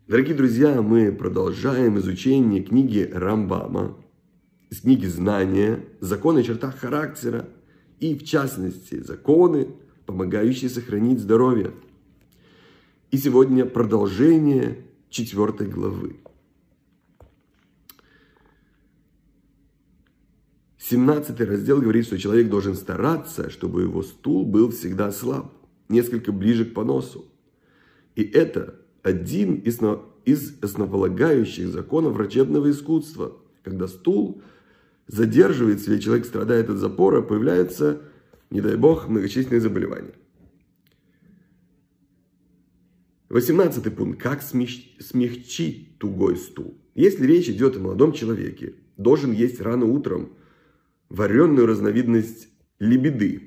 Дорогие друзья, мы продолжаем изучение книги Рамбама, из книги «Знания», законы о чертах характера и, в частности, законы, помогающие сохранить здоровье. И сегодня продолжение 4 главы. 17 раздел говорит, что человек должен стараться, чтобы его стул был всегда слаб, несколько ближе к поносу. И это один из основополагающих законов врачебного искусства. Когда стул задерживается или человек страдает от запора, появляются, не дай бог, многочисленные заболевания. 18 пункт. Как смягчить тугой стул? Если речь идет о молодом человеке, должен есть рано утром вареную разновидность лебеды.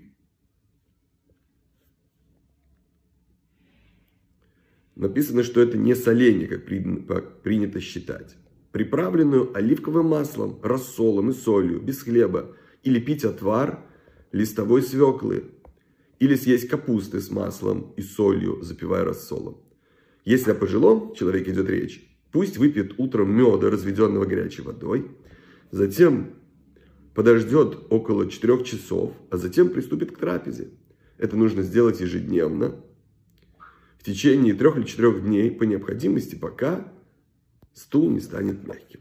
Написано, что это не соленье, как принято считать. Приправленную оливковым маслом, рассолом и солью, без хлеба. Или пить отвар листовой свеклы. Или съесть капусты с маслом и солью, запивая рассолом. Если о пожилом человеке идет речь, пусть выпьет утром меда, разведенного горячей водой. Затем подождет около 4 часов, а затем приступит к трапезе. Это нужно сделать ежедневно. В течение 3 или 4 дней по необходимости, пока стул не станет мягким.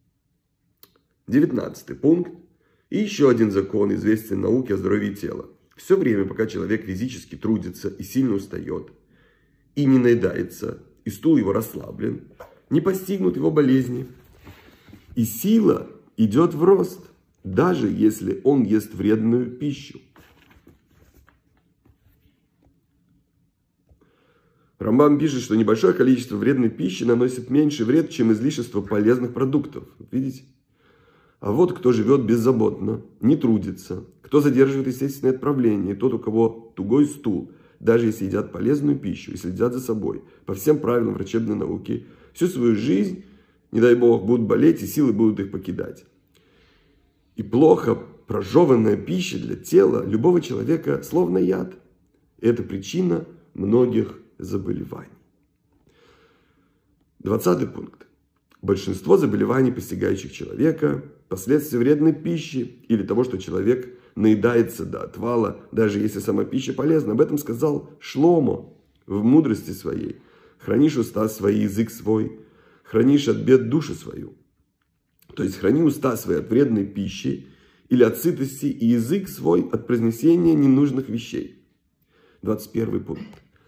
19 пункт. И еще один закон, известен науке о здоровье тела. Все время, пока человек физически трудится и сильно устает, и не наедается, и стул его расслаблен, не постигнут его болезни. И сила идет в рост, даже если он ест вредную пищу. Рамбам пишет, что небольшое количество вредной пищи наносит меньше вред, чем излишество полезных продуктов. Видите? А вот кто живет беззаботно, не трудится, кто задерживает естественное отправление, тот, у кого тугой стул, даже если едят полезную пищу и следят за собой, по всем правилам врачебной науки, всю свою жизнь, не дай бог, будут болеть и силы будут их покидать. И плохо прожеванная пища для тела любого человека словно яд. Это причина многих заболеваний. 20 пункт. Большинство заболеваний, постигающих человека, последствия вредной пищи или того, что человек наедается до отвала, даже если сама пища полезна. Об этом сказал Шломо в мудрости своей. Хранишь уста свои, язык свой, хранишь от бед душу свою. То есть храни уста свои от вредной пищи или от сытости и язык свой от произнесения ненужных вещей. 21 пункт.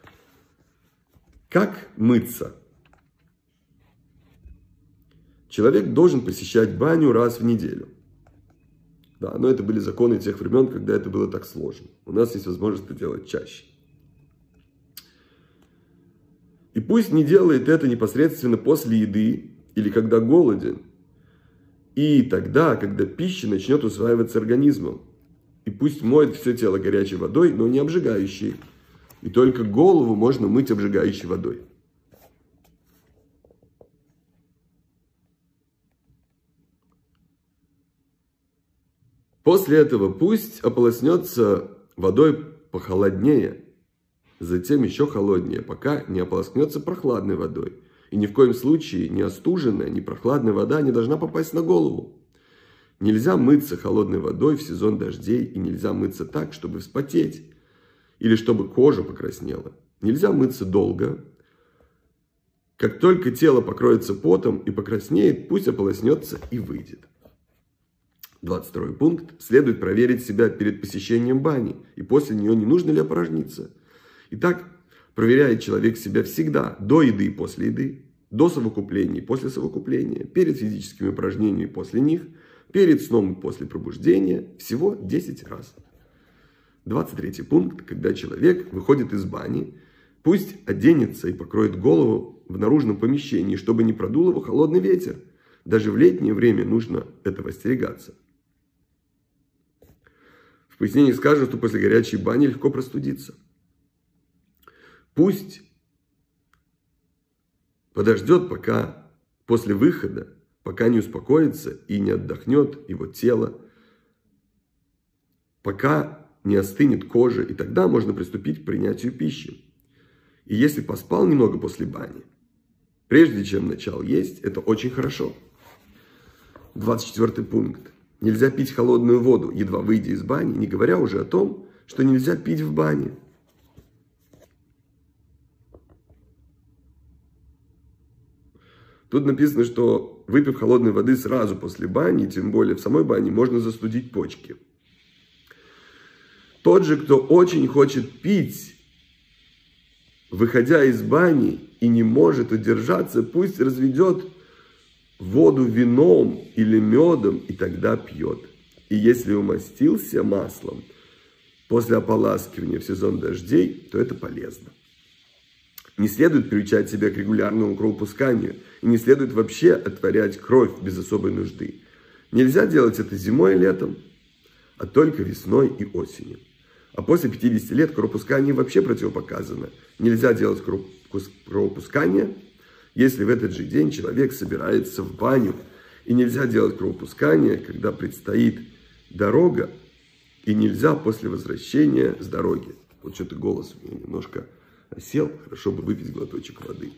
Как мыться? Человек должен посещать баню раз в неделю. Да, но это были законы тех времен, когда это было так сложно. У нас есть возможность это делать чаще. И пусть не делает это непосредственно после еды или когда голоден. И тогда, когда пища начнет усваиваться организмом. И пусть моет все тело горячей водой, но не обжигающей. И только голову можно мыть обжигающей водой. После этого пусть ополоснется водой похолоднее, затем еще холоднее, пока не ополоснется прохладной водой. И ни в коем случае ни остуженная, ни прохладная вода не должна попасть на голову. Нельзя мыться холодной водой в сезон дождей, и нельзя мыться так, чтобы вспотеть, или чтобы кожа покраснела. Нельзя мыться долго. Как только тело покроется потом и покраснеет, пусть ополоснется и выйдет. 22 пункт. Следует проверить себя перед посещением бани, и после нее не нужно ли опорожниться. Итак, проверяет человек себя всегда, до еды и после еды, до совокупления и после совокупления, перед физическими упражнениями и после них, перед сном и после пробуждения, всего 10 раз. 23 пункт. Когда человек выходит из бани, пусть оденется и покроет голову в наружном помещении, чтобы не продул его холодный ветер. Даже в летнее время нужно этого остерегаться. В пояснении сказано, что после горячей бани легко простудиться. Пусть подождет, пока после выхода, пока не успокоится и не отдохнет его тело, пока не остынет кожа, и тогда можно приступить к принятию пищи. И если поспал немного после бани, Прежде чем начал есть, это очень хорошо. 24 пункт. Нельзя пить холодную воду, едва выйдя из бани, не говоря уже о том, что нельзя пить в бане. Тут написано, что выпив холодной воды сразу после бани, тем более в самой бане, можно застудить почки. Тот же, кто очень хочет пить, выходя из бани и не может удержаться, пусть разведет воду вином или медом и тогда пьет. И если умастился маслом после ополаскивания в сезон дождей, то это полезно. Не следует приучать себя к регулярному кровопусканию и не следует вообще отворять кровь без особой нужды. Нельзя делать это зимой и летом, а только весной и осенью. А после 50 лет кровопускание вообще противопоказано. Нельзя делать кровопускание, если в этот же день человек собирается в баню. И нельзя делать кровопускание, когда предстоит дорога, и нельзя после возвращения с дороги. Вот что-то голос у меня немножко осел, хорошо бы выпить глоточек воды.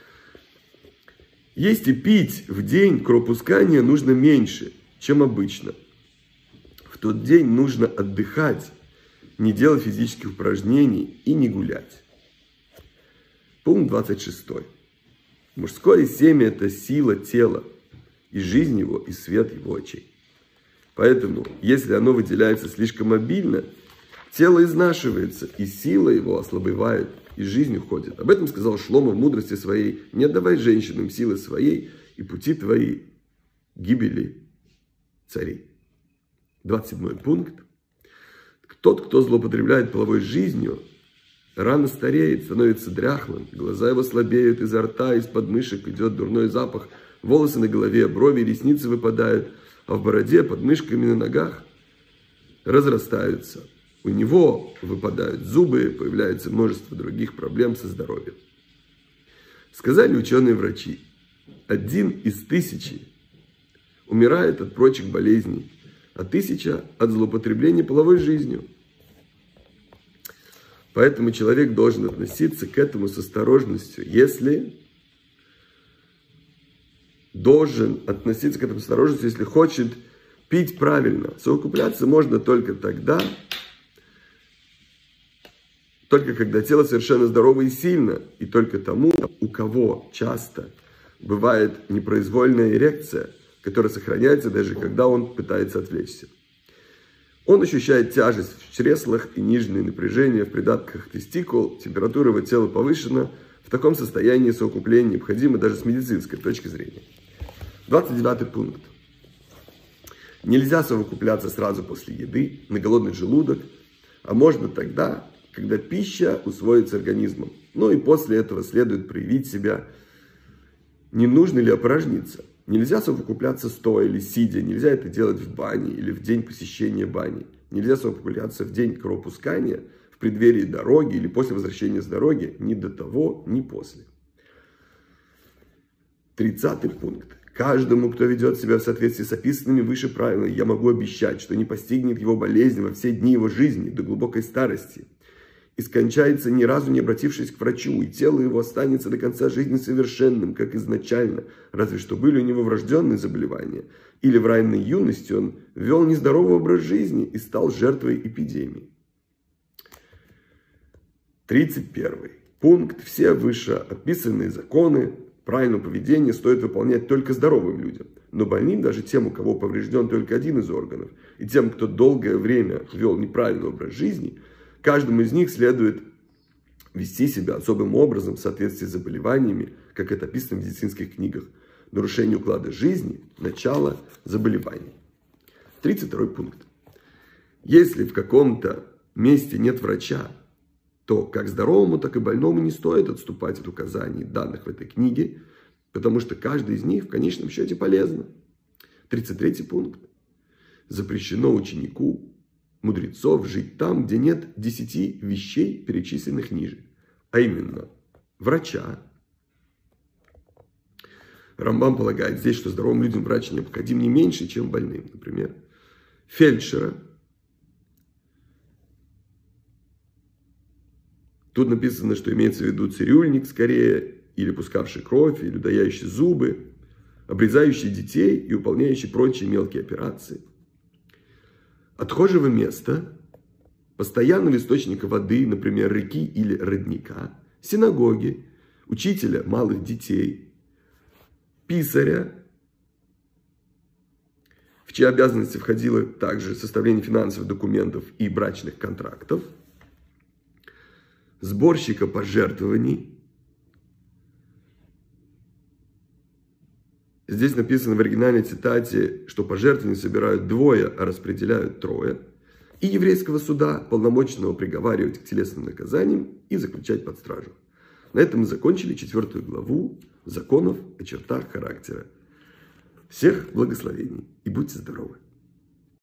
Есть и пить в день кровопускания нужно меньше, чем обычно. В тот день нужно отдыхать, не делать физических упражнений и не гулять. Пункт 26. Мужское семя – это сила тела, и жизнь его, и свет его очей. Поэтому, если оно выделяется слишком обильно, тело изнашивается, и сила его ослабевает, и жизнь уходит. Об этом сказал Шломо в мудрости своей: не отдавай женщинам силы своей, и пути твои гибели царей. 27 пункт. Тот, кто злоупотребляет половой жизнью, рано стареет, становится дряхлым, глаза его слабеют, изо рта, из подмышек идет дурной запах, волосы на голове, брови, ресницы выпадают, а в бороде, под мышками на ногах разрастаются. У него выпадают зубы, появляется множество других проблем со здоровьем. Сказали ученые-врачи, 1 из 1000 умирает от прочих болезней, а 1000 от злоупотребления половой жизнью. Поэтому человек должен относиться к этому с осторожностью. Если хочет пить правильно. Совокупляться можно только тогда, только когда тело совершенно здорово и сильно, и только тому, у кого часто бывает непроизвольная эрекция, которая сохраняется даже когда он пытается отвлечься. Он ощущает тяжесть в чреслах и нижнее напряжение в придатках тестикул, температура его тела повышена. В таком состоянии совокупление необходимо даже с медицинской точки зрения. 29 пункт. Нельзя совокупляться сразу после еды, на голодный желудок, а можно тогда, когда пища усвоится организмом. Ну и после этого следует проявить себя. Не нужно ли опорожниться? Нельзя совокупляться стоя или сидя, нельзя это делать в бане или в день посещения бани. Нельзя совокупляться в день кровопускания, в преддверии дороги или после возвращения с дороги, ни до того, ни после. 30 пункт. Каждому, кто ведет себя в соответствии с описанными выше правилами, я могу обещать, что не постигнет его болезнь во все дни его жизни, до глубокой старости, и скончается, ни разу не обратившись к врачу, и тело его останется до конца жизни совершенным, как изначально, разве что были у него врожденные заболевания, или в ранней юности он вел нездоровый образ жизни и стал жертвой эпидемии. 31 пункт. Все вышеописанные законы правильного поведения стоит выполнять только здоровым людям, но больным, даже тем, у кого поврежден только один из органов, и тем, кто долгое время вел неправильный образ жизни, каждому из них следует вести себя особым образом в соответствии с заболеваниями, как это описано в медицинских книгах. Нарушение уклада жизни – начало заболеваний. 32 пункт. Если в каком-то месте нет врача, то как здоровому, так и больному не стоит отступать от указаний, данных в этой книге, потому что каждый из них в конечном счете полезно. 33 пункт. Запрещено ученику мудрецов жить там, где нет 10 вещей, перечисленных ниже, а именно врача. Рамбам полагает здесь, что здоровым людям врач необходим не меньше, чем больным, например, фельдшера. Тут написано, что имеется в виду цирюльник скорее, или пускавший кровь, или удаляющий зубы, обрезающий детей и выполняющий прочие мелкие операции. Отхожего места, постоянного источника воды, например, реки или родника, синагоги, учителя малых детей, писаря, в чьи обязанности входило также составление финансовых документов и брачных контрактов, сборщика пожертвований. Здесь написано в оригинальной цитате, что пожертвования собирают двое, а распределяют трое. И еврейского суда, полномочного приговаривать к телесным наказаниям и заключать под стражу. На этом мы закончили 4 главу законов о чертах характера. Всех благословений и будьте здоровы!